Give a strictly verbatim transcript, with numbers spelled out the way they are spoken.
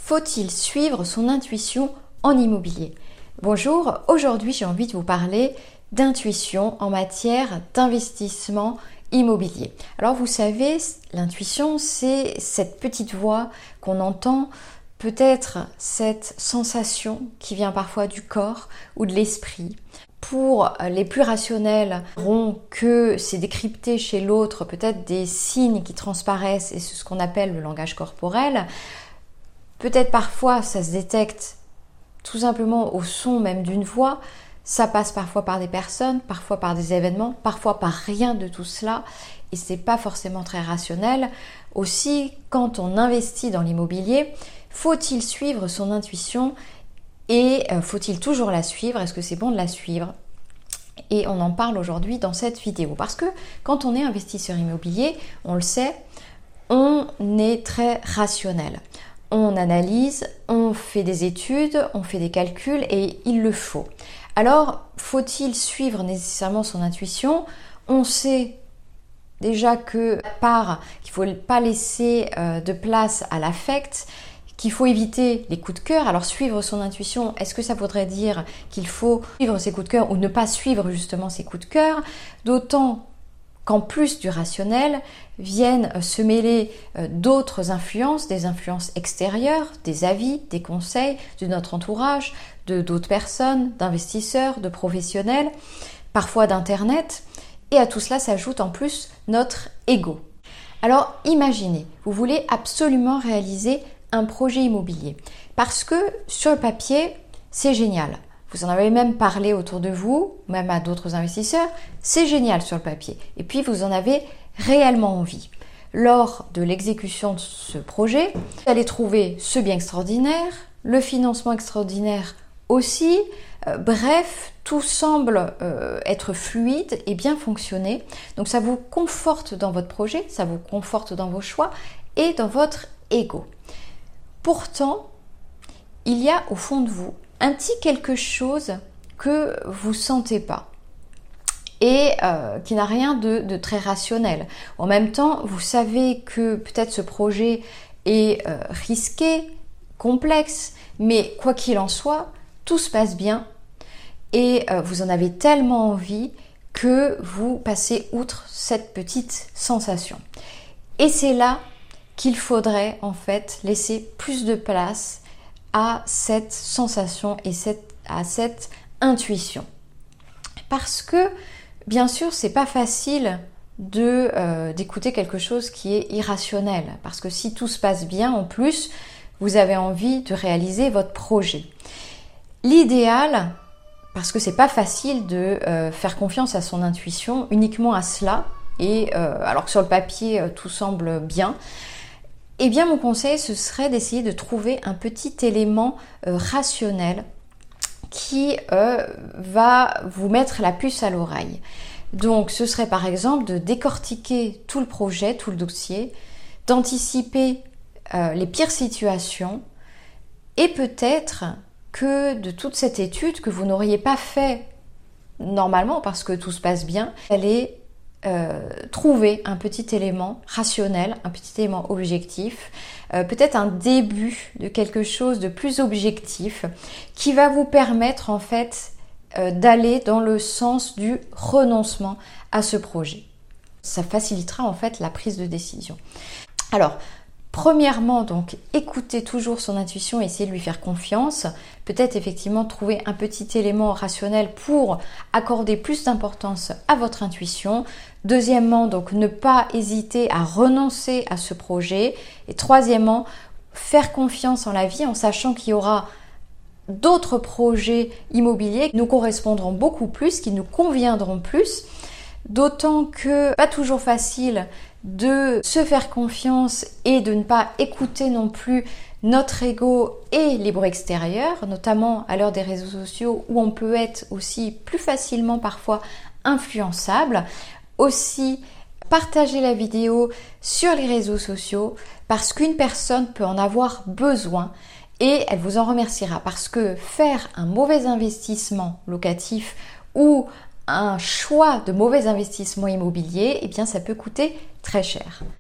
Faut-il suivre son intuition en immobilier? Bonjour, aujourd'hui j'ai envie de vous parler d'intuition en matière d'investissement immobilier. Alors vous savez, l'intuition c'est cette petite voix qu'on entend, peut-être cette sensation qui vient parfois du corps ou de l'esprit. Pour les plus rationnels, diront que c'est décrypté chez l'autre peut-être des signes qui transparaissent et c'est ce qu'on appelle le langage corporel. Peut-être parfois ça se détecte tout simplement au son même d'une voix, ça passe parfois par des personnes, parfois par des événements, parfois par rien de tout cela et c'est pas forcément très rationnel. Aussi, quand on investit dans l'immobilier, faut-il suivre son intuition et euh, faut-il toujours la suivre? Est-ce que c'est bon de la suivre? Et on en parle aujourd'hui dans cette vidéo parce que quand on est investisseur immobilier, on le sait, on est très rationnel. On analyse, on fait des études, on fait des calculs et il le faut. Alors, faut-il suivre nécessairement son intuition? On sait déjà que part qu'il ne faut pas laisser euh, de place à l'affect, qu'il faut éviter les coups de cœur. Alors suivre son intuition, est-ce que ça voudrait dire qu'il faut suivre ses coups de cœur ou ne pas suivre justement ses coups de cœur? D'autant qu'en plus du rationnel, viennent se mêler d'autres influences, des influences extérieures, des avis, des conseils de notre entourage, de d'autres personnes, d'investisseurs, de professionnels, parfois d'internet. Et à tout cela s'ajoute en plus notre ego. Alors imaginez, vous voulez absolument réaliser un projet immobilier parce que sur le papier, c'est génial. Vous en avez même parlé autour de vous, même à d'autres investisseurs, c'est génial sur le papier. Et puis vous en avez réellement envie. Lors de l'exécution de ce projet, vous allez trouver ce bien extraordinaire, le financement extraordinaire aussi. Euh, bref, tout semble euh, être fluide et bien fonctionner. Donc ça vous conforte dans votre projet, ça vous conforte dans vos choix et dans votre ego. Pourtant, il y a au fond de vous un petit quelque chose que vous sentez pas et euh, qui n'a rien de, de très rationnel. En même temps, vous savez que peut-être ce projet est euh, risqué, complexe, mais quoi qu'il en soit, tout se passe bien et euh, vous en avez tellement envie que vous passez outre cette petite sensation. Et c'est là qu'il faudrait en fait laisser plus de place à cette sensation et cette, à cette intuition. Parce que, bien sûr, c'est pas facile de, euh, d'écouter quelque chose qui est irrationnel. Parce que si tout se passe bien, en plus, vous avez envie de réaliser votre projet. L'idéal, parce que c'est pas facile de euh, faire confiance à son intuition, uniquement à cela, et euh, alors que sur le papier, euh, tout semble bien, eh bien, mon conseil, ce serait d'essayer de trouver un petit élément euh, rationnel qui euh, va vous mettre la puce à l'oreille. Donc, ce serait par exemple de décortiquer tout le projet, tout le dossier, d'anticiper euh, les pires situations et peut-être que de toute cette étude que vous n'auriez pas fait normalement parce que tout se passe bien, vous allez Euh, trouver un petit élément rationnel, un petit élément objectif, euh, peut-être un début de quelque chose de plus objectif qui va vous permettre en fait euh, d'aller dans le sens du renoncement à ce projet. Ça facilitera en fait la prise de décision. Alors, premièrement, donc, écoutez toujours son intuition, essayez de lui faire confiance. Peut-être effectivement trouver un petit élément rationnel pour accorder plus d'importance à votre intuition. Deuxièmement, donc, ne pas hésiter à renoncer à ce projet. Et troisièmement, faire confiance en la vie en sachant qu'il y aura d'autres projets immobiliers qui nous correspondront beaucoup plus, qui nous conviendront plus. D'autant que pas toujours facile de se faire confiance et de ne pas écouter non plus notre ego et les bruits extérieurs, notamment à l'heure des réseaux sociaux où on peut être aussi plus facilement parfois influençable. Aussi, partagez la vidéo sur les réseaux sociaux parce qu'une personne peut en avoir besoin et elle vous en remerciera parce que faire un mauvais investissement locatif ou un choix de mauvais investissement immobilier, eh bien ça peut coûter très cher.